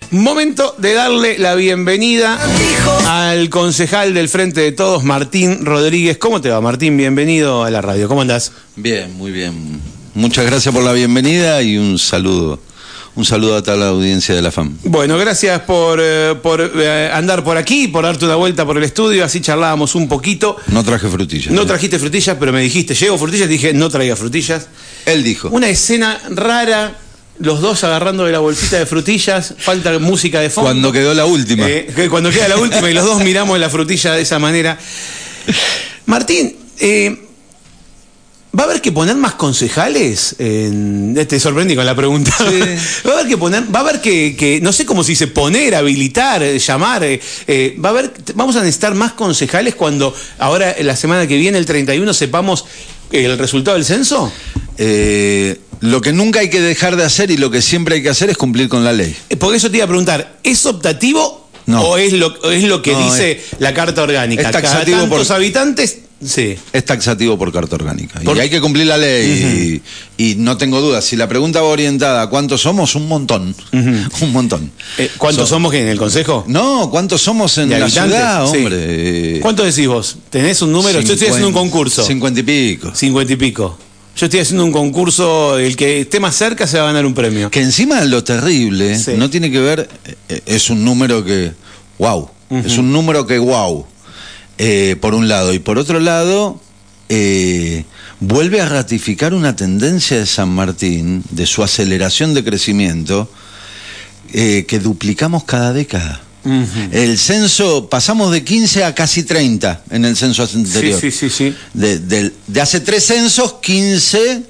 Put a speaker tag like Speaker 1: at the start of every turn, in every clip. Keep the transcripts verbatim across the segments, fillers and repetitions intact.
Speaker 1: Momento de darle la bienvenida al concejal del Frente de Todos, Martín Rodríguez. ¿Cómo te va, Martín? Bienvenido a la radio. ¿Cómo andás?
Speaker 2: Bien, muy bien. Muchas gracias por la bienvenida y un saludo. Un saludo a toda la audiencia de la F A M.
Speaker 1: Bueno, gracias por, eh, por eh, andar por aquí, por darte una vuelta por el estudio, así charlábamos un poquito.
Speaker 2: No traje frutillas.
Speaker 1: No
Speaker 2: ¿eh?
Speaker 1: trajiste frutillas, pero me dijiste, llevo frutillas, dije, no traiga frutillas.
Speaker 2: Él dijo.
Speaker 1: Una escena rara, los dos agarrando de la bolsita de frutillas, falta música de fondo.
Speaker 2: Cuando quedó la última.
Speaker 1: Eh, cuando queda la última y los dos miramos la frutilla de esa manera. Martín, eh... ¿va a haber que poner más concejales? En... Te sorprendí con la pregunta. Sí. ¿Va a haber que poner, va a haber que, que no sé cómo se dice, poner, habilitar, llamar? Eh, ¿va a haber, vamos a necesitar más concejales cuando ahora, la semana que viene, el treinta y uno, sepamos el resultado del censo?
Speaker 2: Eh, lo que nunca hay que dejar de hacer y lo que siempre hay que hacer es cumplir con la ley.
Speaker 1: Porque eso te iba a preguntar, ¿es optativo
Speaker 2: no.
Speaker 1: o es lo, es lo que
Speaker 2: no,
Speaker 1: dice
Speaker 2: es,
Speaker 1: la Carta Orgánica?
Speaker 2: Es taxativo.
Speaker 1: Cada tantos
Speaker 2: por...
Speaker 1: habitantes... Sí.
Speaker 2: Es taxativo por carta orgánica.
Speaker 1: Por...
Speaker 2: Y hay que cumplir la ley. Uh-huh. y, y no tengo dudas. Si la pregunta va orientada a cuántos somos, un montón. Uh-huh. Un montón.
Speaker 1: Eh, ¿Cuántos so... somos en el Consejo?
Speaker 2: No, ¿cuántos somos en la ciudad, hombre?
Speaker 1: Sí. ¿Cuánto decís vos? ¿Tenés un número?
Speaker 2: cincuenta,
Speaker 1: Yo estoy haciendo un concurso.
Speaker 2: Cincuenta y pico.
Speaker 1: Cincuenta y pico. Yo estoy haciendo un concurso, el que esté más cerca se va a ganar un premio.
Speaker 2: Que encima lo terrible, sí. no tiene que ver, es un número que, wow, uh-huh. es un número que wow. Eh, por un lado, y por otro lado eh, vuelve a ratificar una tendencia de San Martín, de su aceleración de crecimiento, eh, que duplicamos cada década. Uh-huh. El censo, pasamos de quince a casi treinta en el censo anterior.
Speaker 1: Sí, sí, sí, sí.
Speaker 2: De, de, de hace tres censos, quince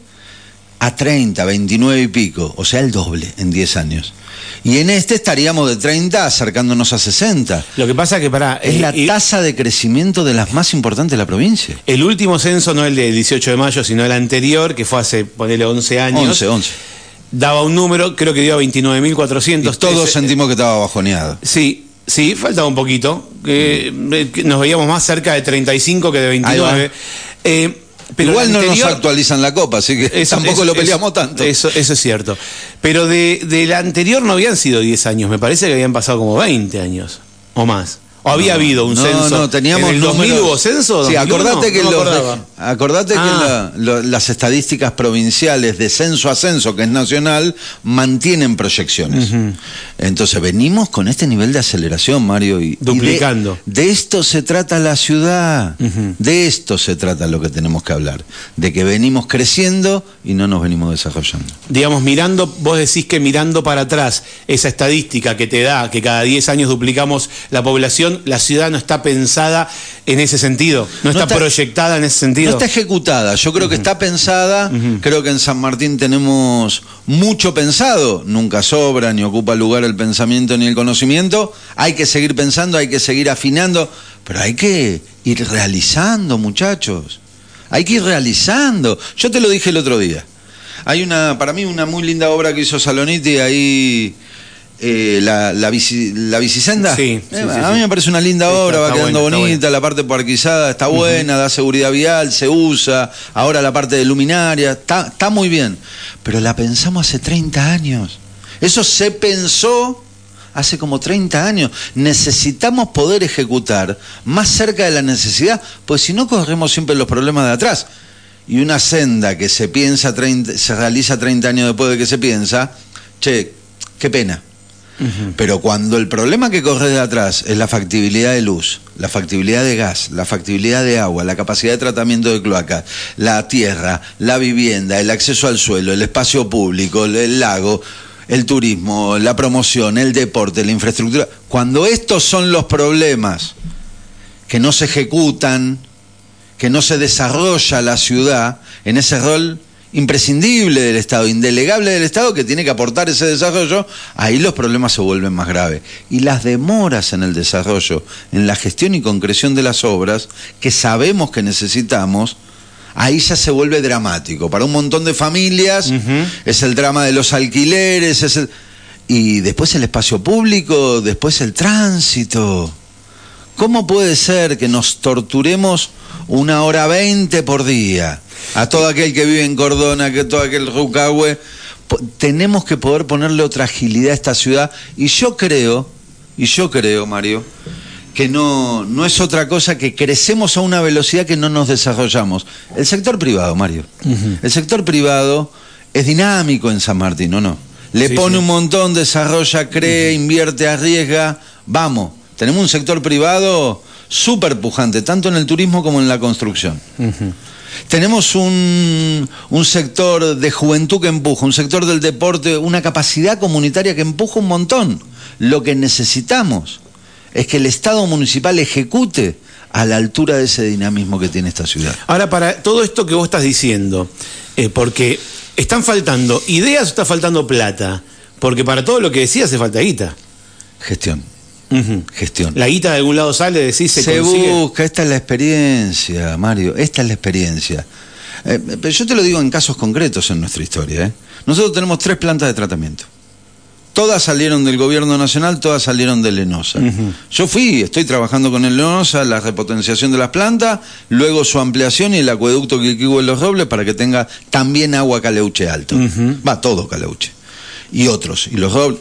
Speaker 2: a treinta, veintinueve y pico, o sea, el doble en diez años. Y en este estaríamos de treinta acercándonos a sesenta.
Speaker 1: Lo que pasa que para
Speaker 2: es eh, la tasa de crecimiento de las más importantes de la provincia.
Speaker 1: El último censo, no el del dieciocho de mayo, sino el anterior, que fue hace, ponele, once años.
Speaker 2: once, once.
Speaker 1: Daba un número, creo que dio a veintinueve mil cuatrocientos.
Speaker 2: Y todos sentimos que estaba bajoneado.
Speaker 1: Sí, sí, faltaba un poquito. Que, mm. que nos veíamos más cerca de treinta y cinco que de veintinueve. Eh,
Speaker 2: Pero igual anterior, no nos actualizan la copa, así que eso, tampoco eso, lo peleamos
Speaker 1: eso,
Speaker 2: tanto.
Speaker 1: Eso, eso es cierto. Pero de, de la anterior no habían sido diez años, me parece que habían pasado como veinte años o más. ¿O había no, habido un
Speaker 2: no,
Speaker 1: censo?
Speaker 2: No, teníamos
Speaker 1: ¿En el dos mil hubo censo?
Speaker 2: Sí, acordate que,
Speaker 1: no
Speaker 2: los, acordate ah. que la, lo, las estadísticas provinciales de censo a censo, que es nacional, mantienen proyecciones. Uh-huh. Entonces venimos con este nivel de aceleración, Mario. Y,
Speaker 1: Duplicando.
Speaker 2: Y de, de esto se trata la ciudad. Uh-huh. De esto se trata lo que tenemos que hablar. De que venimos creciendo y no nos venimos desarrollando.
Speaker 1: Digamos, mirando, vos decís que mirando para atrás, esa estadística que te da, que cada diez años duplicamos la población, la ciudad no está pensada en ese sentido, no, no está, está proyectada en ese sentido.
Speaker 2: No está ejecutada, yo creo uh-huh. que está pensada, uh-huh. creo que en San Martín tenemos mucho pensado, nunca sobra ni ocupa lugar el pensamiento ni el conocimiento, hay que seguir pensando, hay que seguir afinando, pero hay que ir realizando, muchachos, hay que ir realizando. Yo te lo dije el otro día, hay una, para mí una muy linda obra que hizo Saloniti ahí... Eh, la, la, bici, la bicisenda,
Speaker 1: sí, sí,
Speaker 2: eh,
Speaker 1: sí,
Speaker 2: a mí
Speaker 1: sí.
Speaker 2: me parece una linda sí, obra, está, va quedando buena, bonita, la parte parquizada está buena, uh-huh. da seguridad vial, se usa, ahora la parte de luminaria, está, está muy bien, pero la pensamos hace treinta años, eso se pensó hace como treinta años, necesitamos poder ejecutar más cerca de la necesidad, pues si no corremos siempre los problemas de atrás, y una senda que se piensa treinta, se realiza treinta años después de que se piensa, che, qué pena. Uh-huh. Pero cuando el problema que corre de atrás es la factibilidad de luz, la factibilidad de gas, la factibilidad de agua, la capacidad de tratamiento de cloacas, la tierra, la vivienda, el acceso al suelo, el espacio público, el, el lago, el turismo, la promoción, el deporte, la infraestructura, cuando estos son los problemas que no se ejecutan, que no se desarrolla la ciudad en ese rol imprescindible del Estado, indelegable del Estado, que tiene que aportar ese desarrollo, ahí los problemas se vuelven más graves. Y las demoras en el desarrollo, en la gestión y concreción de las obras, que sabemos que necesitamos, ahí ya se vuelve dramático. Para un montón de familias, uh-huh. es el drama de los alquileres, es el... y después el espacio público, después el tránsito. ¿Cómo puede ser que nos torturemos una hora veinte por día a todo aquel que vive en Cordona, que todo aquel Rucahue, tenemos que poder ponerle otra agilidad a esta ciudad. Y yo creo, y yo creo, Mario, que no, no es otra cosa que crecemos a una velocidad que no nos desarrollamos. El sector privado, Mario. Uh-huh. El sector privado es dinámico en San Martín, ¿o no? Le sí, pone sí. un montón, desarrolla, cree, uh-huh. invierte, arriesga. Vamos, tenemos un sector privado súper pujante, tanto en el turismo como en la construcción. Uh-huh. Tenemos un, un sector de juventud que empuja, un sector del deporte, una capacidad comunitaria que empuja un montón. Lo que necesitamos es que el Estado municipal ejecute a la altura de ese dinamismo que tiene esta ciudad.
Speaker 1: Ahora, para todo esto que vos estás diciendo, eh, porque están faltando ideas o está faltando plata, porque para todo lo que decías hace falta guita.
Speaker 2: Gestión.
Speaker 1: Uh-huh.
Speaker 2: Gestión.
Speaker 1: La guita de algún lado sale, decís, se,
Speaker 2: se
Speaker 1: consigue.
Speaker 2: busca, esta es la experiencia, Mario, esta es la experiencia. Eh, pero yo te lo digo en casos concretos en nuestra historia. ¿eh? Nosotros tenemos tres plantas de tratamiento. Todas salieron del gobierno nacional, todas salieron de Lenosa. Uh-huh. Yo fui, estoy trabajando con el Lenosa, la repotenciación de las plantas, luego su ampliación y el acueducto Quilquihue Los Robles para que tenga también agua Caleuche alto. Uh-huh. Va todo Caleuche. Y otros, y Los Robles.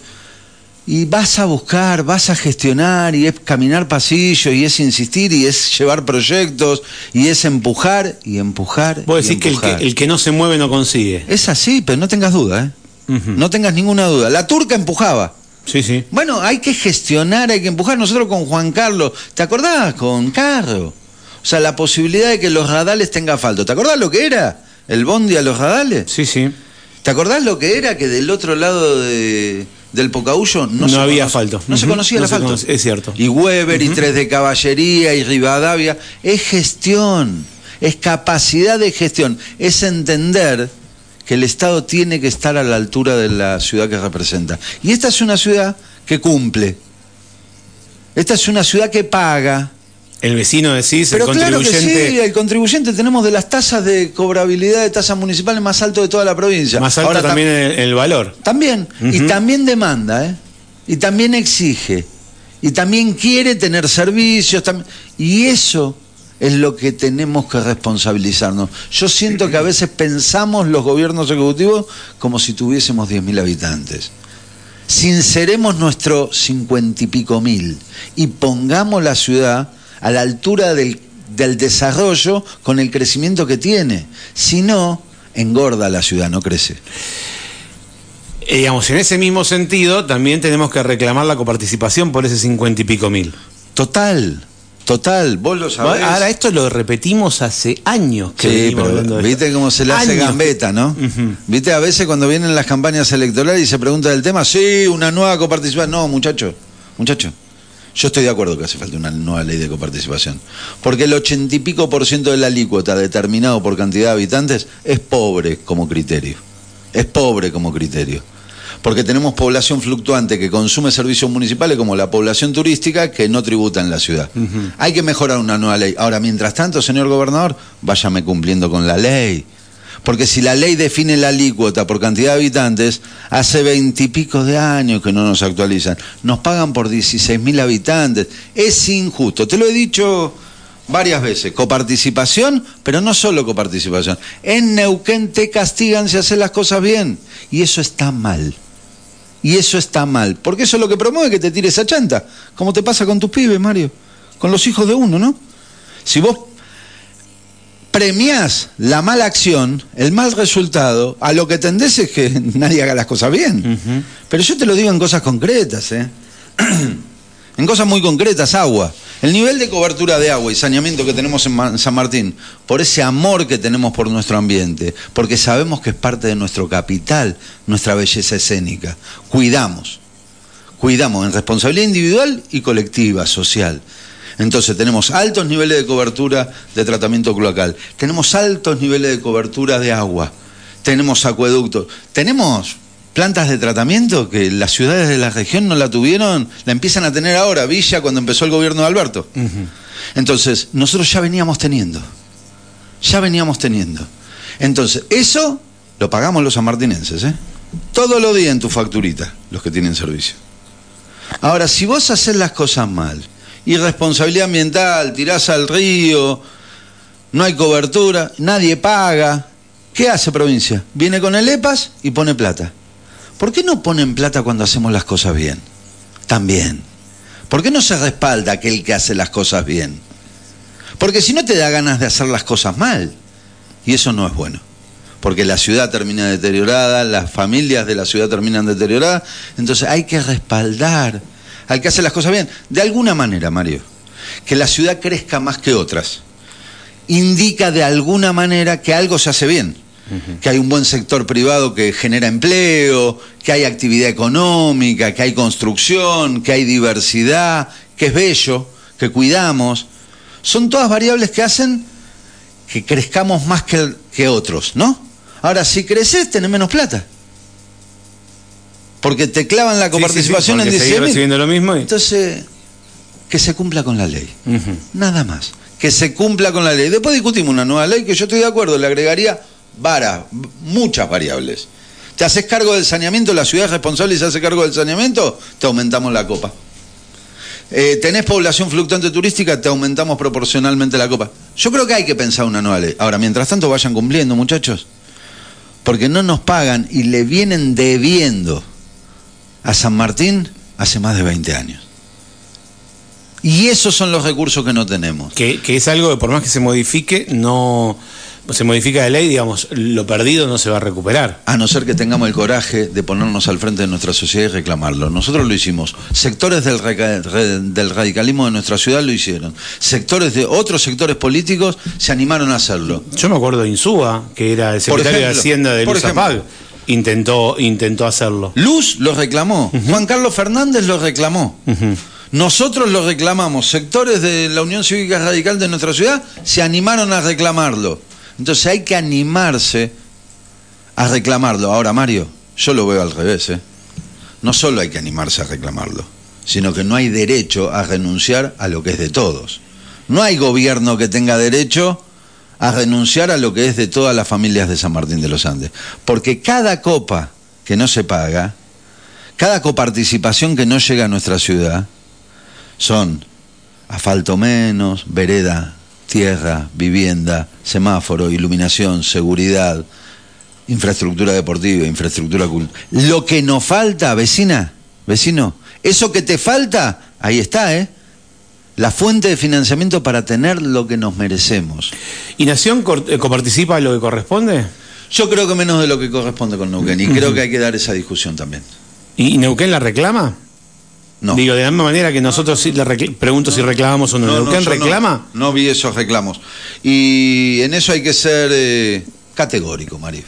Speaker 2: Y vas a buscar, vas a gestionar, y es caminar pasillos, y es insistir, y es llevar proyectos, y es empujar, y empujar.
Speaker 1: Vos decís
Speaker 2: que el,
Speaker 1: que el que no se mueve no consigue.
Speaker 2: Es así, pero no tengas duda, ¿eh? Uh-huh. No tengas ninguna duda. La turca empujaba.
Speaker 1: Sí, sí.
Speaker 2: Bueno, hay que gestionar, hay que empujar. Nosotros con Juan Carlos, ¿te acordás? Con Carro. O sea, la posibilidad de que los radales tengan asfalto. ¿Te acordás lo que era el bondi a los radales?
Speaker 1: Sí, sí.
Speaker 2: ¿Te acordás lo que era que del otro lado de... del Pocahuyo
Speaker 1: no, no había asfalto?
Speaker 2: No uh-huh. se conocía
Speaker 1: no
Speaker 2: el asfalto.
Speaker 1: Conoce, es cierto.
Speaker 2: Y Weber, uh-huh. y Tres de Caballería, y Rivadavia. Es gestión, es capacidad de gestión, es entender que el Estado tiene que estar a la altura de la ciudad que representa. Y esta es una ciudad que cumple. Esta es una ciudad que paga.
Speaker 1: El vecino decís,
Speaker 2: Pero
Speaker 1: el contribuyente...
Speaker 2: Claro que sí, el contribuyente tenemos de las tasas de cobrabilidad de tasas municipales más alto de toda la provincia.
Speaker 1: Más alto. Ahora también tam- el, el valor.
Speaker 2: También, uh-huh. y también demanda, ¿eh? Y también exige. Y también quiere tener servicios. Tam- y eso es lo que tenemos que responsabilizarnos. Yo siento que a veces pensamos los gobiernos ejecutivos como si tuviésemos diez mil habitantes. Sinceremos nuestro cincuenta y pico mil y pongamos la ciudad a la altura del, del desarrollo con el crecimiento que tiene. Si no, engorda la ciudad, no crece.
Speaker 1: Eh, digamos, en ese mismo sentido, también tenemos que reclamar la coparticipación por ese cincuenta y pico mil.
Speaker 2: Total, total, vos lo sabés.
Speaker 1: Ahora, esto lo repetimos hace años que
Speaker 2: sí,
Speaker 1: venimos
Speaker 2: pero
Speaker 1: hablando de
Speaker 2: viste
Speaker 1: esto.
Speaker 2: cómo se le hace
Speaker 1: años.
Speaker 2: Gambetta, ¿no? Uh-huh. Viste, a veces cuando vienen las campañas electorales y se pregunta del tema, sí, una nueva coparticipación. No, muchacho, muchacho. Yo estoy de acuerdo que hace falta una nueva ley de coparticipación, porque el ochenta y pico por ciento de la alícuota determinado por cantidad de habitantes es pobre como criterio, es pobre como criterio, porque tenemos población fluctuante que consume servicios municipales como la población turística que no tributa en la ciudad. Uh-huh. Hay que mejorar una nueva ley. Ahora, mientras tanto, señor gobernador, váyame cumpliendo con la ley. Porque si la ley define la alícuota por cantidad de habitantes, hace veintipico de años que no nos actualizan. Nos pagan por dieciséis mil habitantes. Es injusto. Te lo he dicho varias veces. Coparticipación, pero no solo coparticipación. En Neuquén te castigan si haces las cosas bien. Y eso está mal. Y eso está mal. Porque eso es lo que promueve que te tires a chanta. Como te pasa con tus pibes, Mario. Con los hijos de uno, ¿no? Si vos premiás la mala acción, el mal resultado, a lo que tendés es que nadie haga las cosas bien. Uh-huh. Pero yo te lo digo en cosas concretas, ¿eh? En cosas muy concretas, agua. El nivel de cobertura de agua y saneamiento que tenemos en, Ma- en San Martín, por ese amor que tenemos por nuestro ambiente, porque sabemos que es parte de nuestro capital, nuestra belleza escénica. Cuidamos, cuidamos en responsabilidad individual y colectiva, social. Entonces tenemos altos niveles de cobertura de tratamiento cloacal, tenemos altos niveles de cobertura de agua, tenemos acueductos, tenemos plantas de tratamiento que las ciudades de la región no la tuvieron, la empiezan a tener ahora, Villa cuando empezó el gobierno de Alberto. Uh-huh. Entonces, nosotros ya veníamos teniendo, ya veníamos teniendo. Entonces, eso lo pagamos los sanmartinenses, ¿eh? Todos los días en tu facturita, los que tienen servicio. Ahora, si vos haces las cosas mal, irresponsabilidad ambiental, tirás al río, no hay cobertura, nadie paga, ¿Qué hace provincia? Viene con el E P A S y pone plata. ¿Por qué no ponen plata cuando hacemos las cosas bien? También. ¿Por qué no se respalda aquel que hace las cosas bien? Porque si no te da ganas de hacer las cosas mal. Y eso no es bueno. Porque la ciudad termina deteriorada, las familias de la ciudad terminan deterioradas. Entonces hay que respaldar al que hace las cosas bien. De alguna manera, Mario, que la ciudad crezca más que otras indica de alguna manera que algo se hace bien. Uh-huh. Que hay un buen sector privado que genera empleo, que hay actividad económica, que hay construcción, que hay diversidad, que es bello, que cuidamos. Son todas variables que hacen que crezcamos más que, que otros, ¿no? Ahora, si creces, tenés menos plata. Porque te clavan la coparticipación sí, sí, sí, en dieciséis mil.
Speaker 1: Recibiendo lo mismo y...
Speaker 2: Entonces, que se cumpla con la ley. Uh-huh. Nada más. Que se cumpla con la ley. Después discutimos una nueva ley que yo estoy de acuerdo, le agregaría varas, muchas variables. Te haces cargo del saneamiento, la ciudad es responsable y se hace cargo del saneamiento, te aumentamos la copa. Eh, tenés población fluctuante turística, te aumentamos proporcionalmente la copa. Yo creo que hay que pensar una nueva ley. Ahora, mientras tanto vayan cumpliendo, muchachos, porque no nos pagan y le vienen debiendo a San Martín hace más de veinte años. Y esos son los recursos que no tenemos.
Speaker 1: Que, que es algo que por más que se modifique, no se modifica de ley, digamos, lo perdido no se va a recuperar.
Speaker 2: A no ser que tengamos el coraje de ponernos al frente de nuestra sociedad y reclamarlo. Nosotros lo hicimos. Sectores del, del radicalismo de nuestra ciudad lo hicieron. Sectores de otros sectores políticos se animaron a hacerlo.
Speaker 1: Yo me acuerdo de Insúa, que era el secretario ejemplo, de Hacienda de Luz Apag. Intentó, intentó hacerlo.
Speaker 2: Luz lo reclamó. Uh-huh. Juan Carlos Fernández lo reclamó. Uh-huh. Nosotros lo reclamamos. Sectores de la Unión Cívica Radical de nuestra ciudad se animaron a reclamarlo. Entonces hay que animarse a reclamarlo. Ahora, Mario, yo lo veo al revés, ¿eh? No solo hay que animarse a reclamarlo, sino que no hay derecho a renunciar a lo que es de todos. No hay gobierno que tenga derecho a renunciar a lo que es de todas las familias de San Martín de los Andes. Porque cada copa que no se paga, cada coparticipación que no llega a nuestra ciudad, son asfalto menos, vereda, tierra, vivienda, semáforo, iluminación, seguridad, infraestructura deportiva, infraestructura cultural. Lo que nos falta, vecina, vecino, eso que te falta, ahí está, ¿eh? La fuente de financiamiento para tener lo que nos merecemos.
Speaker 1: ¿Y Nación coparticipa lo que corresponde?
Speaker 2: Yo creo que menos de lo que corresponde con Neuquén, y creo que hay que dar esa discusión también.
Speaker 1: ¿Y Neuquén la reclama? No. Digo, de la misma manera que nosotros sí le pregunto no, si reclamamos o no. no ¿Neuquén no, reclama?
Speaker 2: No, no vi esos reclamos. Y en eso hay que ser eh, categórico, Mario.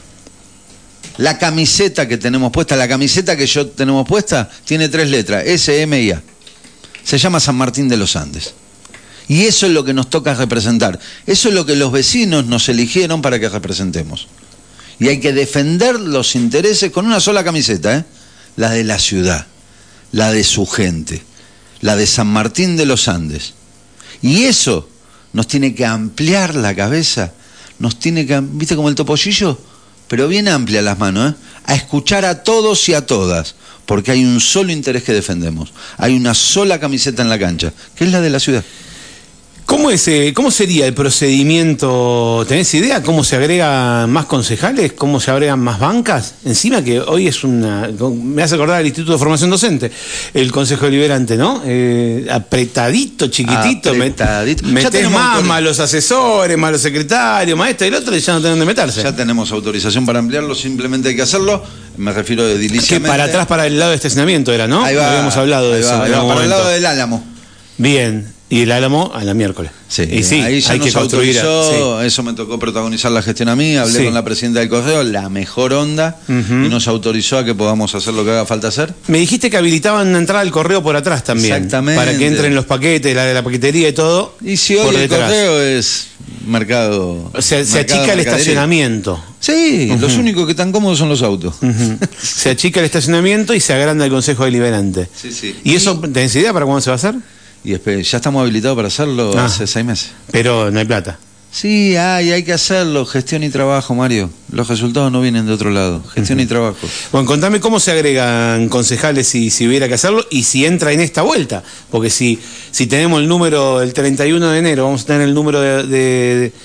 Speaker 2: La camiseta que tenemos puesta, la camiseta que yo tenemos puesta, tiene tres letras, S, M y A. Se llama San Martín de los Andes. Y eso es lo que nos toca representar. Eso es lo que los vecinos nos eligieron para que representemos. Y hay que defender los intereses con una sola camiseta, ¿eh? La de la ciudad, la de su gente, la de San Martín de los Andes. Y eso nos tiene que ampliar la cabeza, nos tiene que, ¿viste como el topollillo? Pero bien amplia las manos, ¿eh? A escuchar a todos y a todas, porque hay un solo interés que defendemos, hay una sola camiseta en la cancha, que es la de la ciudad.
Speaker 1: ¿Cómo, es, eh, ¿Cómo sería el procedimiento? ¿Tenés idea? ¿Cómo se agregan más concejales? ¿Cómo se agregan más bancas? Encima que hoy es una... Me hace acordar al Instituto de Formación Docente, el Consejo Deliberante, ¿no? Eh, apretadito, chiquitito.
Speaker 2: Apretadito.
Speaker 1: Met, metés más, más los asesores, más los secretarios, más esto y el otro, y ya no tienen dónde meterse.
Speaker 2: Ya tenemos autorización para ampliarlo, simplemente hay que hacerlo. Me refiero de ediliciamente.
Speaker 1: Que para atrás, para el lado de estacionamiento era, ¿no?
Speaker 2: Ahí va.
Speaker 1: Habíamos hablado de
Speaker 2: va,
Speaker 1: eso.
Speaker 2: Va, para momento. El lado del Álamo.
Speaker 1: Bien. Y el Álamo a la miércoles.
Speaker 2: Sí,
Speaker 1: y sí,
Speaker 2: ahí ya
Speaker 1: hay
Speaker 2: nos
Speaker 1: que construir.
Speaker 2: Autorizó,
Speaker 1: sí.
Speaker 2: Eso me tocó protagonizar la gestión a mí, hablé sí. con la presidenta del correo, la mejor onda, uh-huh. y nos autorizó a que podamos hacer lo que haga falta hacer.
Speaker 1: Me dijiste que habilitaban una entrada al correo por atrás también.
Speaker 2: Exactamente.
Speaker 1: Para que entren los paquetes, la de la paquetería y todo.
Speaker 2: Y si hoy el detrás. Correo es mercado.
Speaker 1: O sea, se achica el estacionamiento.
Speaker 2: Sí, uh-huh. Los únicos que están cómodos son los autos.
Speaker 1: Uh-huh. Se achica el estacionamiento y se agranda el Consejo Deliberante.
Speaker 2: Sí, sí.
Speaker 1: ¿Y eso, tenés idea para cuándo se va a hacer?
Speaker 2: Y ya estamos habilitados para hacerlo ah, hace seis meses.
Speaker 1: Pero no hay plata.
Speaker 2: Sí, hay, hay que hacerlo. Gestión y trabajo, Mario. Los resultados no vienen de otro lado. Gestión uh-huh. y trabajo.
Speaker 1: Bueno, contame cómo se agregan concejales si, si hubiera que hacerlo y si entra en esta vuelta. Porque si, si tenemos el número el treinta y uno de enero, vamos a tener el número de, de,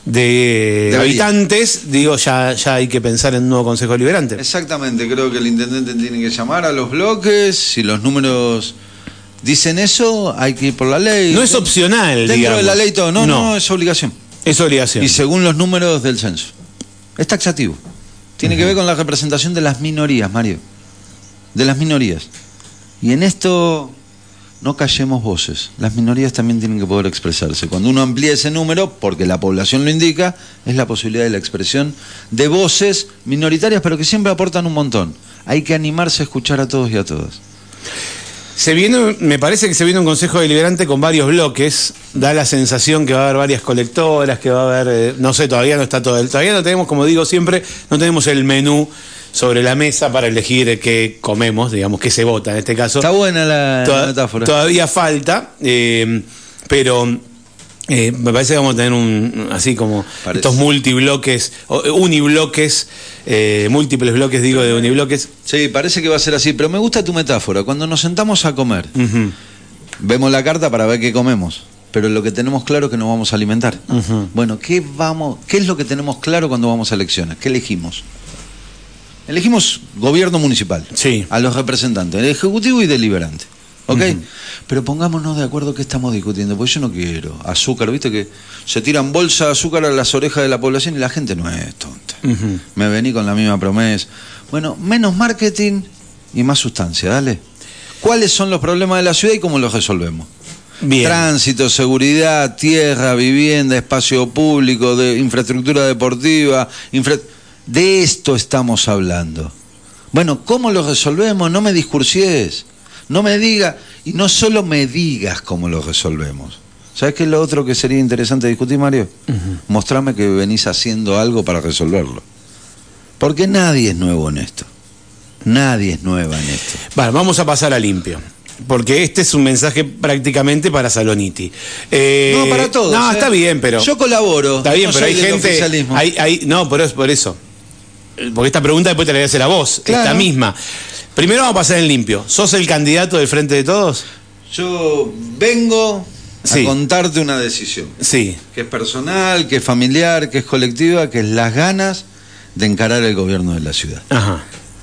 Speaker 1: de Debería. habitantes, digo, ya, ya hay que pensar en un nuevo Consejo Deliberante.
Speaker 2: Exactamente, creo que el intendente tiene que llamar a los bloques, si los números dicen eso, hay que ir por la ley.
Speaker 1: No es opcional,
Speaker 2: dentro
Speaker 1: digamos.
Speaker 2: de la ley todo, no, no, no, es obligación.
Speaker 1: Es obligación.
Speaker 2: Y según los números del censo. Es taxativo. Tiene uh-huh. que ver con la representación de las minorías, Mario. De las minorías. Y en esto no callemos voces. Las minorías también tienen que poder expresarse. Cuando uno amplía ese número, porque la población lo indica, es la posibilidad de la expresión de voces minoritarias, pero que siempre aportan un montón. Hay que animarse a escuchar a todos y a todas.
Speaker 1: Se viene, me parece que se viene un Consejo Deliberante con varios bloques. Da la sensación que va a haber varias colectoras, que va a haber, eh, no sé, todavía no está todo. El, todavía no tenemos, como digo siempre, no tenemos el menú sobre la mesa para elegir qué comemos, digamos, qué se vota en este caso.
Speaker 2: Está buena la,
Speaker 1: Toda,
Speaker 2: la metáfora.
Speaker 1: Todavía falta, eh, pero eh, me parece que vamos a tener un, así como parece. estos multibloques, unibloques, eh, múltiples bloques, digo, de unibloques.
Speaker 2: Sí, parece que va a ser así, pero me gusta tu metáfora. Cuando nos sentamos a comer, uh-huh. vemos la carta para ver qué comemos, pero lo que tenemos claro es que nos vamos a alimentar. Uh-huh. Bueno, ¿qué, vamos, ¿qué es lo que tenemos claro cuando vamos a elecciones? ¿Qué elegimos? Elegimos gobierno municipal,
Speaker 1: sí.
Speaker 2: a los representantes, el ejecutivo y deliberante, ¿ok? Uh-huh. Pero pongámonos de acuerdo qué estamos discutiendo, porque yo no quiero azúcar, ¿viste? Que se tiran bolsas de azúcar a las orejas de la población y la gente no es tonta. Uh-huh. Me vení con la misma promesa. Bueno, menos marketing y más sustancia, dale. ¿Cuáles son los problemas de la ciudad y cómo los resolvemos?
Speaker 1: Bien.
Speaker 2: Tránsito, seguridad, tierra, vivienda, espacio público, de infraestructura deportiva, infra... De esto estamos hablando. Bueno, ¿cómo lo resolvemos? No me discursies, no me digas, y no solo me digas cómo lo resolvemos. ¿Sabes qué es lo otro que sería interesante discutir, Mario? Uh-huh. Mostrame que venís haciendo algo para resolverlo. Porque nadie es nuevo en esto. Nadie es nueva en esto.
Speaker 1: Vale, vamos a pasar a limpio. Porque este es un mensaje prácticamente para Saloniti.
Speaker 2: Eh, no, para todos.
Speaker 1: No,
Speaker 2: ¿eh?
Speaker 1: está bien, pero...
Speaker 2: Yo colaboro.
Speaker 1: Está bien,
Speaker 2: no
Speaker 1: pero hay gente... Hay, hay, no, pero es por eso. Porque esta pregunta después te la voy a hacer a vos, claro. Esta misma. Primero vamos a pasar en limpio. ¿Sos el candidato del Frente de Todos?
Speaker 2: Yo vengo sí. a contarte una decisión.
Speaker 1: Sí.
Speaker 2: Que es personal, que es familiar, que es colectiva, que es las ganas de encarar el gobierno de la ciudad.
Speaker 1: Ajá.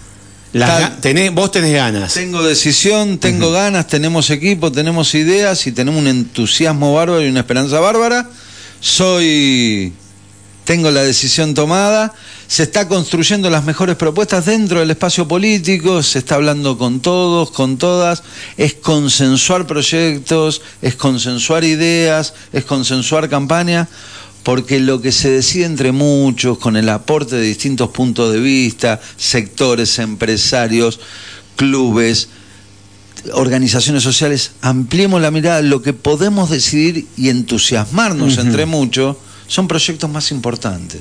Speaker 1: Las, tenés, vos tenés ganas.
Speaker 2: Tengo decisión, tengo uh-huh. ganas, tenemos equipo, tenemos ideas y tenemos un entusiasmo bárbaro y una esperanza bárbara. Soy... Tengo la decisión tomada, se está construyendo las mejores propuestas dentro del espacio político, se está hablando con todos, con todas, es consensuar proyectos, es consensuar ideas, es consensuar campaña, porque lo que se decide entre muchos, con el aporte de distintos puntos de vista, sectores, empresarios, clubes, organizaciones sociales, ampliemos la mirada, lo que podemos decidir y entusiasmarnos uh-huh. entre muchos, son proyectos más importantes.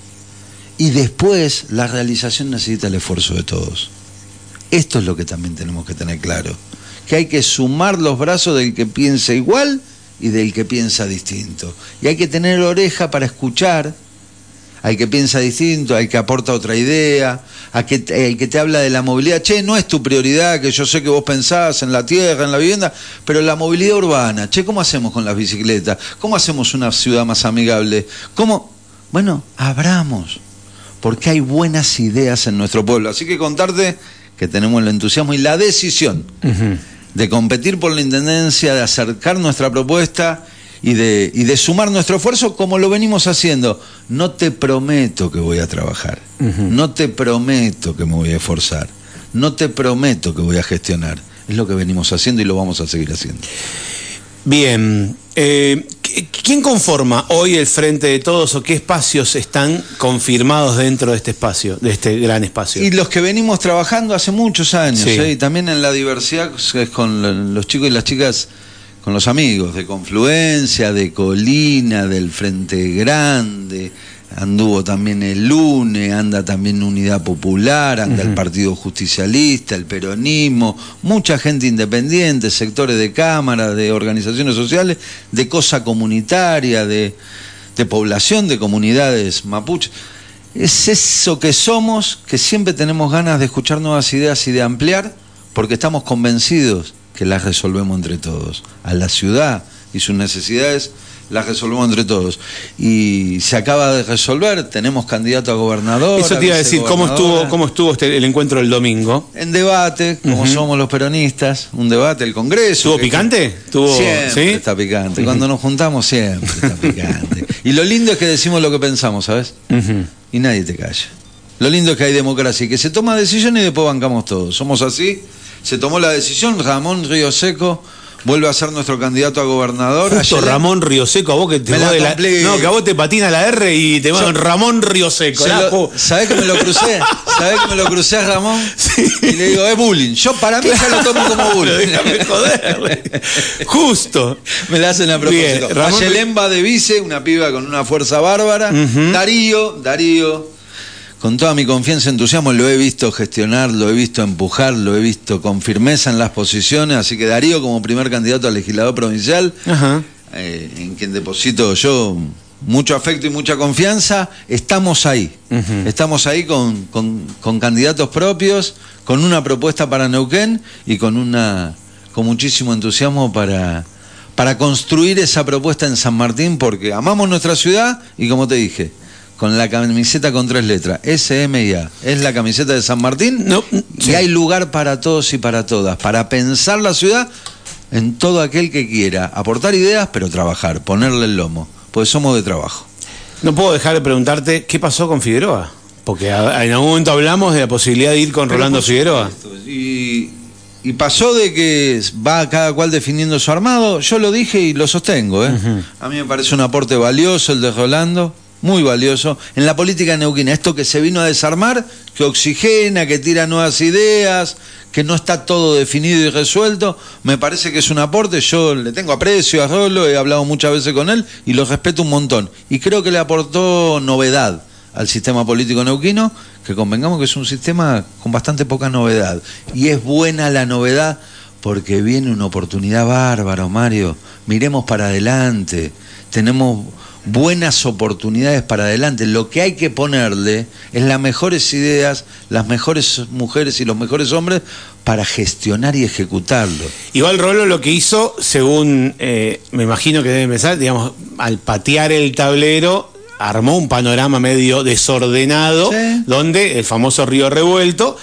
Speaker 2: Y después la realización necesita el esfuerzo de todos. Esto es lo que también tenemos que tener claro. Que hay que sumar los brazos del que piensa igual y del que piensa distinto. Y hay que tener oreja para escuchar al que piensa distinto, al que aporta otra idea, al que, al que te habla de la movilidad. Che, no es tu prioridad, que yo sé que vos pensás en la tierra, en la vivienda, pero la movilidad urbana. Che, ¿cómo hacemos con las bicicletas? ¿Cómo hacemos una ciudad más amigable? ¿Cómo? Bueno, abramos, porque hay buenas ideas en nuestro pueblo. Así que contarte que tenemos el entusiasmo y la decisión uh-huh. de competir por la intendencia, de acercar nuestra propuesta y de, y de sumar nuestro esfuerzo como lo venimos haciendo. No te prometo que voy a trabajar, uh-huh. no te prometo que me voy a esforzar, no te prometo que voy a gestionar. Es lo que venimos haciendo y lo vamos a seguir haciendo.
Speaker 1: Bien, eh, ¿quién conforma hoy el Frente de Todos o qué espacios están confirmados dentro de este espacio, de este gran espacio?
Speaker 2: Y los que venimos trabajando hace muchos años, sí. ¿eh? Y también en la diversidad es con los chicos y las chicas, con los amigos de Confluencia, de Colina, del Frente Grande, anduvo también el lunes, anda también Unidad Popular, anda uh-huh. el Partido Justicialista, el peronismo, mucha gente independiente, sectores de cámara, de organizaciones sociales, de cosa comunitaria, de, de población, de comunidades mapuches. Es eso que somos, que siempre tenemos ganas de escuchar nuevas ideas y de ampliar, porque estamos convencidos que las resolvemos entre todos. A la ciudad y sus necesidades las resolvemos entre todos. Y se acaba de resolver, tenemos candidato a gobernador.
Speaker 1: Eso te iba a decir, ¿cómo estuvo, cómo estuvo este, el encuentro del domingo?
Speaker 2: En debate, como uh-huh. somos los peronistas, un debate, el Congreso.
Speaker 1: ¿Estuvo picante? ¿Tuvo,
Speaker 2: siempre
Speaker 1: ¿sí?
Speaker 2: está picante. Uh-huh. Cuando nos juntamos siempre está picante. Y lo lindo es que decimos lo que pensamos, ¿sabes? Uh-huh. Y nadie te calla. Lo lindo es que hay democracia y que se toma decisión y después bancamos todos. Somos así. Se tomó la decisión, Ramón Río Seco vuelve a ser nuestro candidato a gobernador.
Speaker 1: Justo Ramón Río Seco, a vos que te
Speaker 2: la
Speaker 1: la, no, que a vos te patina la R y te van Ramón Río Seco.
Speaker 2: Lo, ¿Sabés que me lo crucé? ¿Sabés que me lo crucé a Ramón? Sí. Y le digo, es bullying. Yo para mí ya lo tomo como bullying.
Speaker 1: Déjame joder. Justo.
Speaker 2: Me la hacen a propósito. Bien, Ramón... Ayelén va de vice, una piba con una fuerza bárbara. Uh-huh. Darío, Darío. Con toda mi confianza y entusiasmo lo he visto gestionar, lo he visto empujar, lo he visto con firmeza en las posiciones, así que Darío como primer candidato a legislador provincial, uh-huh. eh, en quien deposito yo mucho afecto y mucha confianza, estamos ahí, uh-huh. estamos ahí con, con, con candidatos propios, con una propuesta para Neuquén y con, una, con muchísimo entusiasmo para, para construir esa propuesta en San Martín, porque amamos nuestra ciudad y como te dije, con la camiseta con tres letras, S M I A. Es la camiseta de San Martín no, y sí. hay lugar para todos y para todas, para pensar la ciudad en todo aquel que quiera aportar ideas, pero trabajar, ponerle el lomo, porque somos de trabajo.
Speaker 1: No puedo dejar de preguntarte, ¿qué pasó con Figueroa? Porque a, en algún momento hablamos de la posibilidad de ir con pero Rolando Figueroa.
Speaker 2: Y, y pasó de que va cada cual definiendo su armado, yo lo dije y lo sostengo. ¿eh? Uh-huh. A mí me parece un aporte valioso el de Rolando. Muy valioso, en la política neuquina, esto que se vino a desarmar, que oxigena, que tira nuevas ideas, que no está todo definido y resuelto, me parece que es un aporte, yo le tengo aprecio a Rolo, he hablado muchas veces con él y lo respeto un montón, y creo que le aportó novedad al sistema político neuquino, que convengamos que es un sistema con bastante poca novedad, y es buena la novedad porque viene una oportunidad bárbara, Mario, miremos para adelante, tenemos buenas oportunidades para adelante. Lo que hay que ponerle es las mejores ideas, las mejores mujeres y los mejores hombres para gestionar y ejecutarlo.
Speaker 1: Igual Rolo lo que hizo, según eh, me imagino que debe empezar, digamos, al patear el tablero, armó un panorama medio desordenado, ¿sí? Donde el famoso río revuelto,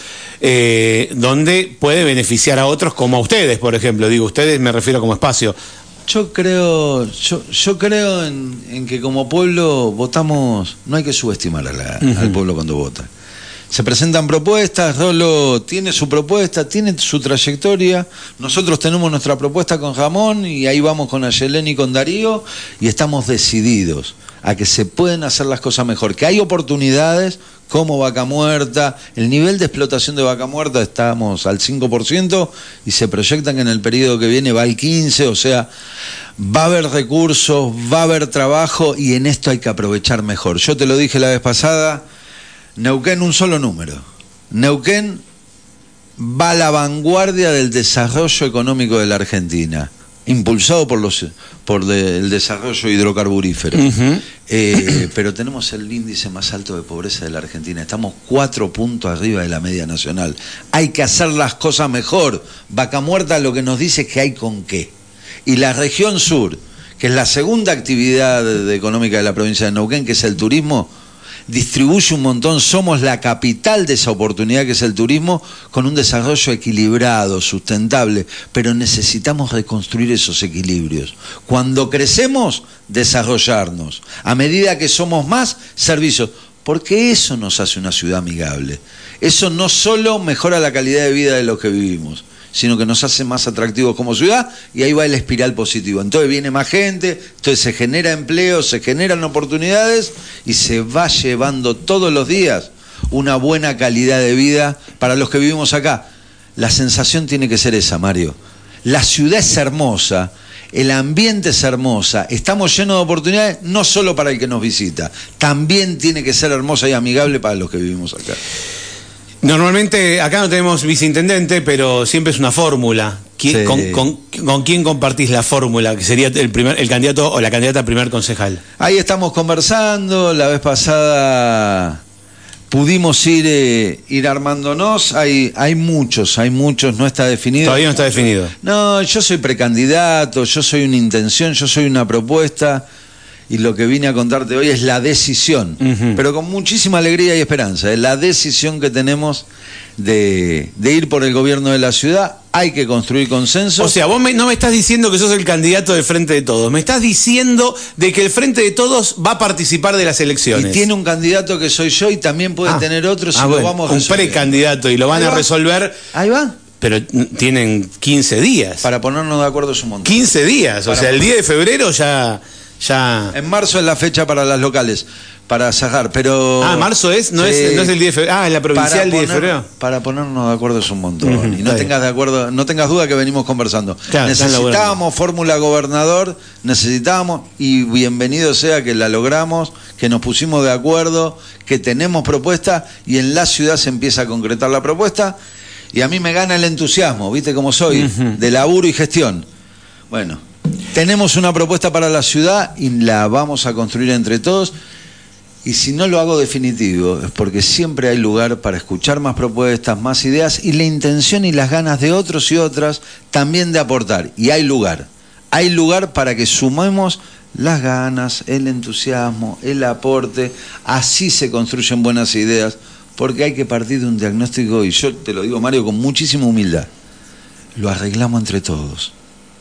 Speaker 1: eh, donde puede beneficiar a otros como a ustedes, por ejemplo. Digo, ustedes me refiero como espacio.
Speaker 2: Yo creo, yo, yo creo en, en que como pueblo votamos, no hay que subestimar a la, uh-huh. al pueblo cuando vota. Se presentan propuestas, Rolo tiene su propuesta, tiene su trayectoria, nosotros tenemos nuestra propuesta con Ramón y ahí vamos con Ayelén y con Darío y estamos decididos a que se pueden hacer las cosas mejor, que hay oportunidades como Vaca Muerta, el nivel de explotación de Vaca Muerta estamos al cinco por ciento y se proyectan que en el periodo que viene va al quince por ciento, o sea, va a haber recursos, va a haber trabajo y en esto hay que aprovechar mejor. Yo te lo dije la vez pasada, Neuquén un solo número, Neuquén va a la vanguardia del desarrollo económico de la Argentina, impulsado por los por de, el desarrollo hidrocarburífero. Uh-huh. eh, pero tenemos el índice más alto de pobreza de la Argentina. Estamos cuatro puntos arriba de la media nacional. Hay que hacer las cosas mejor. Vaca Muerta lo que nos dice es que hay con qué. Y la región sur, que es la segunda actividad de, de económica de la provincia de Neuquén, que es el turismo, distribuye un montón, somos la capital de esa oportunidad que es el turismo, con un desarrollo equilibrado, sustentable, pero necesitamos reconstruir esos equilibrios. Cuando crecemos, desarrollarnos. A medida que somos más, servicios, porque eso nos hace una ciudad amigable. Eso no solo mejora la calidad de vida de los que vivimos, sino que nos hace más atractivos como ciudad y ahí va el espiral positivo. Entonces viene más gente, entonces se genera empleo, se generan oportunidades y se va llevando todos los días una buena calidad de vida para los que vivimos acá. La sensación tiene que ser esa, Mario. La ciudad es hermosa, el ambiente es hermosa, estamos llenos de oportunidades, no solo para el que nos visita, también tiene que ser hermosa y amigable para los que vivimos acá.
Speaker 1: Normalmente acá no tenemos viceintendente, pero siempre es una fórmula. Sí. ¿Con, con, ¿Con quién compartís la fórmula? Que sería el primer, el candidato o la candidata a primer concejal.
Speaker 2: Ahí estamos conversando. La vez pasada pudimos ir, eh, ir armándonos. Hay, hay muchos, hay muchos, no está definido.
Speaker 1: Todavía no está definido.
Speaker 2: No, yo soy precandidato, yo soy una intención, yo soy una propuesta. Y lo que vine a contarte hoy es la decisión, uh-huh. pero con muchísima alegría y esperanza. Es la decisión que tenemos de, de ir por el gobierno de la ciudad. Hay que construir consenso.
Speaker 1: O sea, vos me, no me estás diciendo que sos el candidato del Frente de Todos. Me estás diciendo de que el Frente de Todos va a participar de las elecciones.
Speaker 2: Y tiene un candidato que soy yo y también puede ah. tener otro si ah, lo bueno, vamos a resolver.
Speaker 1: Un precandidato y lo van
Speaker 2: Ahí
Speaker 1: a
Speaker 2: va.
Speaker 1: resolver.
Speaker 2: Ahí va.
Speaker 1: Pero tienen quince días.
Speaker 2: Para ponernos de acuerdo es un montón.
Speaker 1: quince días. Para o sea, el diez de febrero ya... Ya.
Speaker 2: En marzo es la fecha para las locales, para sacar, pero...
Speaker 1: Ah, marzo es, no, eh, es, no es el diez de febrero. Ah, en la provincial el diez de febrero.
Speaker 2: Para ponernos de acuerdo es un montón. Uh-huh, y no tengas de acuerdo, no tengas duda que venimos conversando.
Speaker 1: Claro,
Speaker 2: necesitábamos fórmula gobernador, necesitábamos, y bienvenido sea que la logramos, que nos pusimos de acuerdo, que tenemos propuesta, y en la ciudad se empieza a concretar la propuesta, y a mí me gana el entusiasmo, viste cómo soy, uh-huh. de laburo y gestión. Bueno, tenemos una propuesta para la ciudad y la vamos a construir entre todos. Y si no lo hago definitivo, es porque siempre hay lugar para escuchar más propuestas, más ideas y la intención y las ganas de otros y otras también de aportar. Y hay lugar. Hay lugar para que sumemos las ganas, el entusiasmo, el aporte. Así se construyen buenas ideas, porque hay que partir de un diagnóstico, y yo te lo digo, Mario, con muchísima humildad. Lo arreglamos entre todos.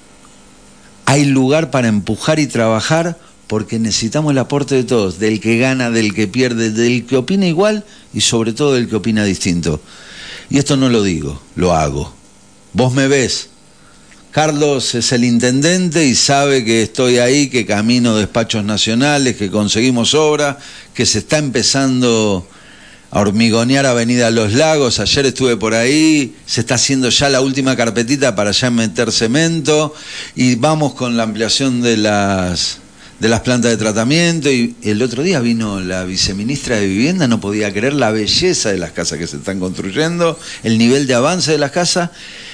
Speaker 2: Hay lugar para empujar y trabajar porque necesitamos el aporte de todos, del que gana, del que pierde, del que opina igual y sobre todo del que opina distinto. Y esto no lo digo, lo hago. Vos me ves. Carlos es el intendente y sabe que estoy ahí, que camino despachos nacionales, que conseguimos obra, que se está empezando a hormigonear Avenida Los Lagos. Ayer estuve por ahí, se está haciendo ya la última carpetita para ya meter cemento y vamos con la ampliación de las de las plantas de tratamiento. Y el otro día vino la viceministra de Vivienda, no podía creer la belleza de las casas que se están construyendo, el nivel de avance de las casas.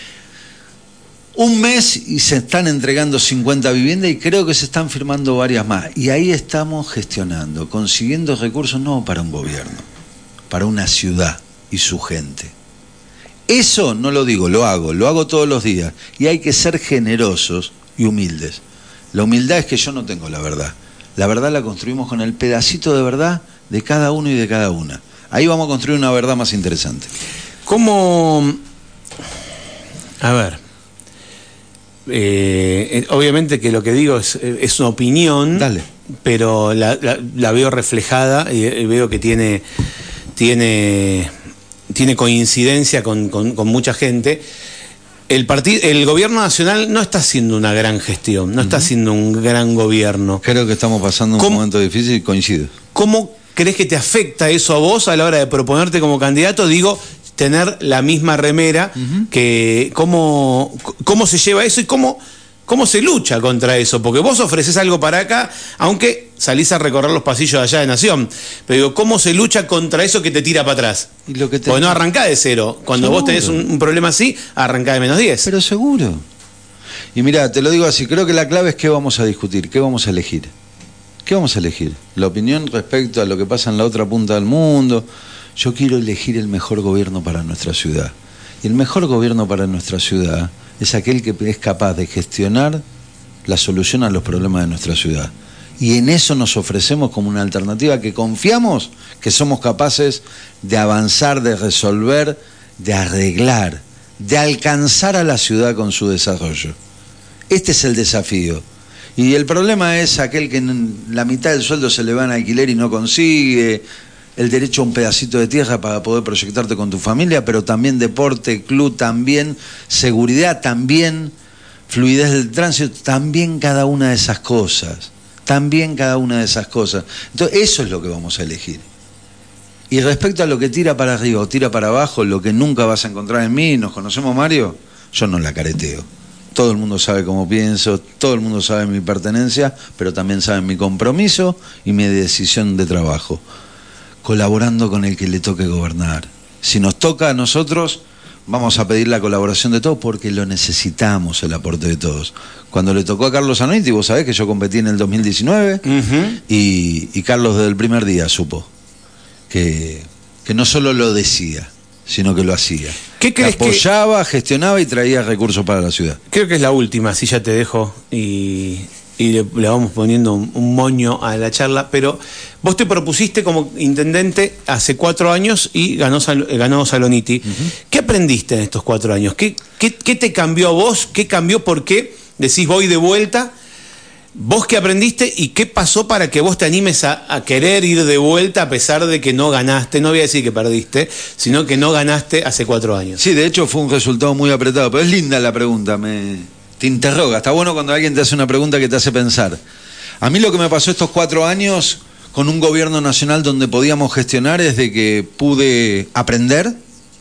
Speaker 2: Un mes y se están entregando cincuenta viviendas y creo que se están firmando varias más. Y ahí estamos gestionando, consiguiendo recursos no para un gobierno, para una ciudad y su gente. Eso no lo digo, lo hago, lo hago todos los días. Y hay que ser generosos y humildes. La humildad es que yo no tengo la verdad. La verdad la construimos con el pedacito de verdad de cada uno y de cada una. Ahí vamos a construir una verdad más interesante.
Speaker 1: ¿Cómo? A ver. Eh, obviamente que lo que digo es, es una opinión.
Speaker 2: Dale.
Speaker 1: Pero la, la, la veo reflejada y, y veo que tiene... tiene, tiene coincidencia con, con, con mucha gente. El partido, el gobierno nacional no está haciendo una gran gestión, no uh-huh. está haciendo un gran gobierno.
Speaker 2: Creo que estamos pasando un momento difícil y coincido.
Speaker 1: ¿Cómo crees que te afecta eso a vos a la hora de proponerte como candidato? Digo, tener la misma remera, uh-huh. que cómo, cómo se lleva eso y cómo... ¿Cómo se lucha contra eso? Porque vos ofreces algo para acá, aunque salís a recorrer los pasillos de allá de Nación. Pero digo, ¿cómo se lucha contra eso que te tira para atrás?
Speaker 2: Y lo que te...
Speaker 1: Porque no arrancá de cero. Cuando seguro. Vos tenés un, un problema así, arrancá de menos diez.
Speaker 2: Pero seguro. Y mira, te lo digo así, creo que la clave es qué vamos a discutir, qué vamos a elegir. ¿Qué vamos a elegir? La opinión respecto a lo que pasa en la otra punta del mundo. Yo quiero elegir el mejor gobierno para nuestra ciudad. Y el mejor gobierno para nuestra ciudad es aquel que es capaz de gestionar la solución a los problemas de nuestra ciudad. Y en eso nos ofrecemos como una alternativa que confiamos que somos capaces de avanzar, de resolver, de arreglar, de alcanzar a la ciudad con su desarrollo. Este es el desafío. Y el problema es aquel que en la mitad del sueldo se le va en alquiler y no consigue el derecho a un pedacito de tierra para poder proyectarte con tu familia, pero también deporte, club, también seguridad, también fluidez del tránsito, también cada una de esas cosas, también cada una de esas cosas. Entonces eso es lo que vamos a elegir. Y respecto a lo que tira para arriba o tira para abajo, lo que nunca vas a encontrar en mí, ¿nos conocemos, Mario? Yo no la careteo. Todo el mundo sabe cómo pienso, todo el mundo sabe mi pertenencia, pero también sabe mi compromiso y mi decisión de trabajo. Colaborando con el que le toque gobernar. Si nos toca a nosotros, vamos a pedir la colaboración de todos porque lo necesitamos, el aporte de todos. Cuando le tocó a Carlos Anoiti, vos sabés que yo competí en el dos mil diecinueve uh-huh. y, y Carlos desde el primer día supo que, que no solo lo decía, sino que lo hacía.
Speaker 1: ¿Qué crees
Speaker 2: que apoyaba,
Speaker 1: que...
Speaker 2: gestionaba y traía recursos para la ciudad?
Speaker 1: Creo que es la última, así ya te dejo y, y le, le vamos poniendo un, un moño a la charla, pero vos te propusiste como intendente hace cuatro años y ganó, ganó Saloniti. Uh-huh. ¿Qué aprendiste en estos cuatro años? ¿Qué, qué, qué te cambió a vos? ¿Qué cambió? ¿Por qué decís voy de vuelta? ¿Vos qué aprendiste y qué pasó para que vos te animes a, a querer ir de vuelta a pesar de que no ganaste? No voy a decir que perdiste, sino que no ganaste hace cuatro años.
Speaker 2: Sí, de hecho fue un resultado muy apretado, pero es linda la pregunta, me, te interroga. Está bueno cuando alguien te hace una pregunta que te hace pensar. A mí lo que me pasó estos cuatro años con un gobierno nacional donde podíamos gestionar es de que pude aprender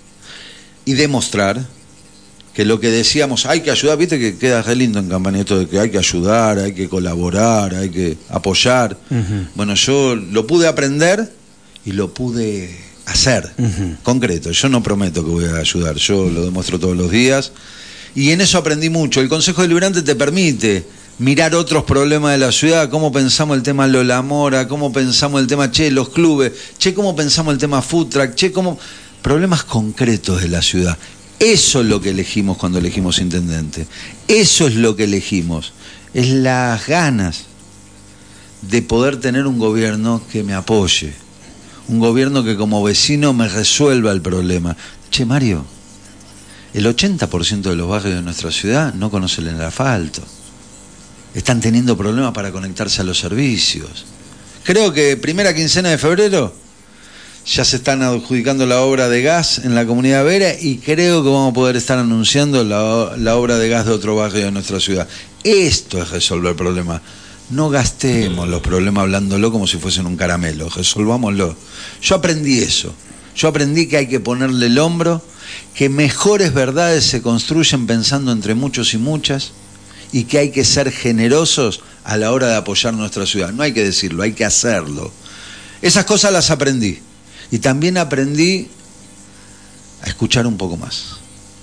Speaker 2: y demostrar que lo que decíamos, hay que ayudar, viste que queda re lindo en campaña esto de que hay que ayudar, hay que colaborar, hay que apoyar. Uh-huh. Bueno, yo lo pude aprender y lo pude hacer, uh-huh. concreto. Yo no prometo que voy a ayudar, yo lo demuestro todos los días. Y en eso aprendí mucho. El Consejo Deliberante te permite mirar otros problemas de la ciudad, cómo pensamos el tema Lola Mora, cómo pensamos el tema, che, los clubes, che, cómo pensamos el tema food truck, che, cómo... Problemas concretos de la ciudad. Eso es lo que elegimos cuando elegimos intendente. Eso es lo que elegimos. Es las ganas de poder tener un gobierno que me apoye. Un gobierno que como vecino me resuelva el problema. Che, Mario, el ochenta por ciento de los barrios de nuestra ciudad no conocen el asfalto. Están teniendo problemas para conectarse a los servicios. Creo que primera quincena de febrero ya se están adjudicando la obra de gas en la comunidad Vera y creo que vamos a poder estar anunciando la, la obra de gas de otro barrio de nuestra ciudad. Esto es resolver el problema. No gastemos los problemas hablándolo como si fuesen un caramelo, resolvámoslo. Yo aprendí eso. Yo aprendí que hay que ponerle el hombro, que mejores verdades se construyen pensando entre muchos y muchas y que hay que ser generosos a la hora de apoyar nuestra ciudad. No hay que decirlo, hay que hacerlo. Esas cosas las aprendí. Y también aprendí a escuchar un poco más,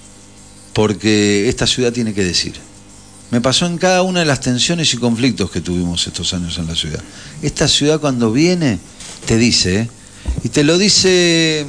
Speaker 2: porque esta ciudad tiene que decir. Me pasó en cada una de las tensiones y conflictos que tuvimos estos años en la ciudad. Esta ciudad cuando viene te dice, ¿eh? Y te lo dice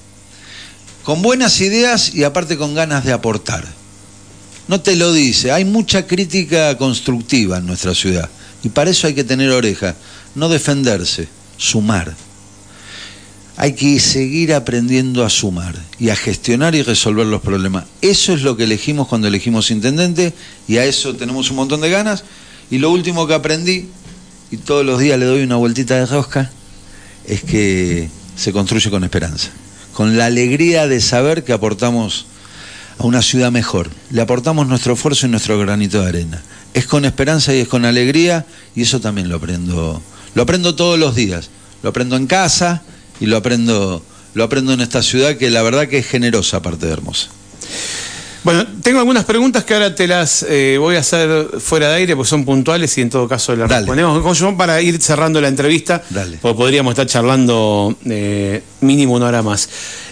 Speaker 2: con buenas ideas y aparte con ganas de aportar. No te lo dice, hay mucha crítica constructiva en nuestra ciudad y para eso hay que tener oreja, no defenderse, sumar. Hay que seguir aprendiendo a sumar y a gestionar y resolver los problemas. Eso es lo que elegimos cuando elegimos intendente y a eso tenemos un montón de ganas. Y lo último que aprendí, y todos los días le doy una vueltita de rosca, es que se construye con esperanza. Con la alegría de saber que aportamos a una ciudad mejor. Le aportamos nuestro esfuerzo y nuestro granito de arena. Es con esperanza y es con alegría y eso también lo aprendo. Lo aprendo todos los días. Lo aprendo en casa. Y lo aprendo, lo aprendo en esta ciudad que la verdad que es generosa, aparte de hermosa.
Speaker 1: Bueno, tengo algunas preguntas que ahora te las eh, voy a hacer fuera de aire, porque son puntuales y en todo caso las Dale. respondemos para ir cerrando la entrevista. Dale. Porque podríamos estar charlando eh, mínimo una hora más.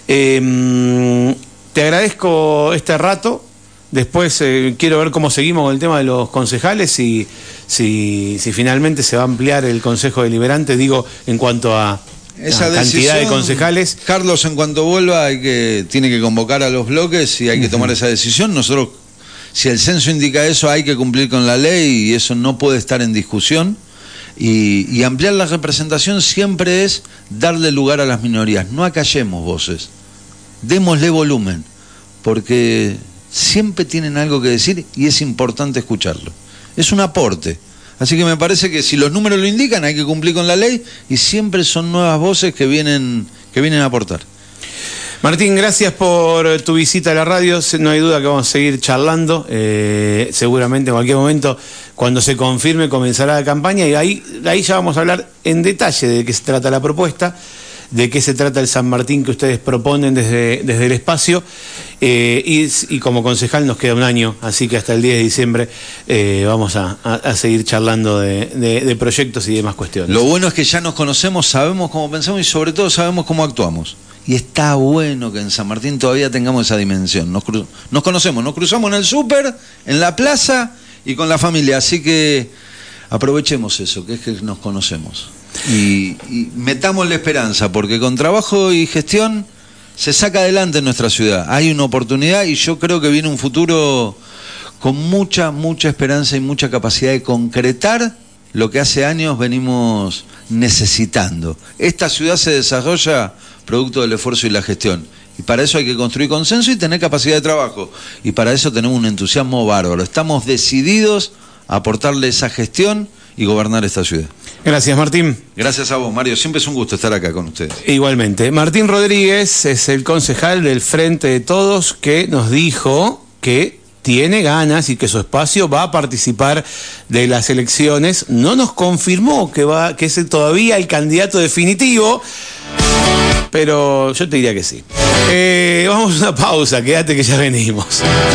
Speaker 1: Eh, te agradezco este rato. Después eh, quiero ver cómo seguimos con el tema de los concejales y si, si finalmente se va a ampliar el Consejo Deliberante, digo, en cuanto a... Esa cantidad decisión, de concejales.
Speaker 2: Carlos, en cuanto vuelva, hay que, tiene que convocar a los bloques y hay que uh-huh. tomar esa decisión. Nosotros, si el censo indica eso, hay que cumplir con la ley y eso no puede estar en discusión. Y, y ampliar la representación siempre es darle lugar a las minorías. No acallemos voces, démosle volumen, porque siempre tienen algo que decir y es importante escucharlo. Es un aporte. Así que me parece que si los números lo indican hay que cumplir con la ley y siempre son nuevas voces que vienen, que vienen a aportar.
Speaker 1: Martín, gracias por tu visita a la radio. No hay duda que vamos a seguir charlando. Eh, seguramente en cualquier momento, cuando se confirme, comenzará la campaña y ahí, ahí ya vamos a hablar en detalle de qué se trata la propuesta, de qué se trata el San Martín que ustedes proponen desde, desde el espacio. Eh, y, y como concejal nos queda un año, así que hasta el diez de diciembre eh, vamos a, a, a seguir charlando de, de, de proyectos y demás cuestiones.
Speaker 2: Lo bueno es que ya nos conocemos, sabemos cómo pensamos y sobre todo sabemos cómo actuamos. Y está bueno que en San Martín todavía tengamos esa dimensión. Nos, cru- nos conocemos, nos cruzamos en el súper, en la plaza y con la familia. Así que aprovechemos eso, que es que nos conocemos. Y, y metamos la esperanza, porque con trabajo y gestión se saca adelante en nuestra ciudad. Hay una oportunidad y yo creo que viene un futuro con mucha, mucha esperanza y mucha capacidad de concretar lo que hace años venimos necesitando. Esta ciudad se desarrolla producto del esfuerzo y la gestión. Y para eso hay que construir consenso y tener capacidad de trabajo. Y para eso tenemos un entusiasmo bárbaro. Estamos decididos a aportarle esa gestión y gobernar esta ciudad.
Speaker 1: Gracias, Martín.
Speaker 2: Gracias a vos, Mario. Siempre es un gusto estar acá con ustedes.
Speaker 1: Igualmente. Martín Rodríguez es el concejal del Frente de Todos que nos dijo que tiene ganas y que su espacio va a participar de las elecciones. No nos confirmó que va, que es todavía el candidato definitivo, pero yo te diría que sí. Eh, vamos a una pausa, quédate que ya venimos.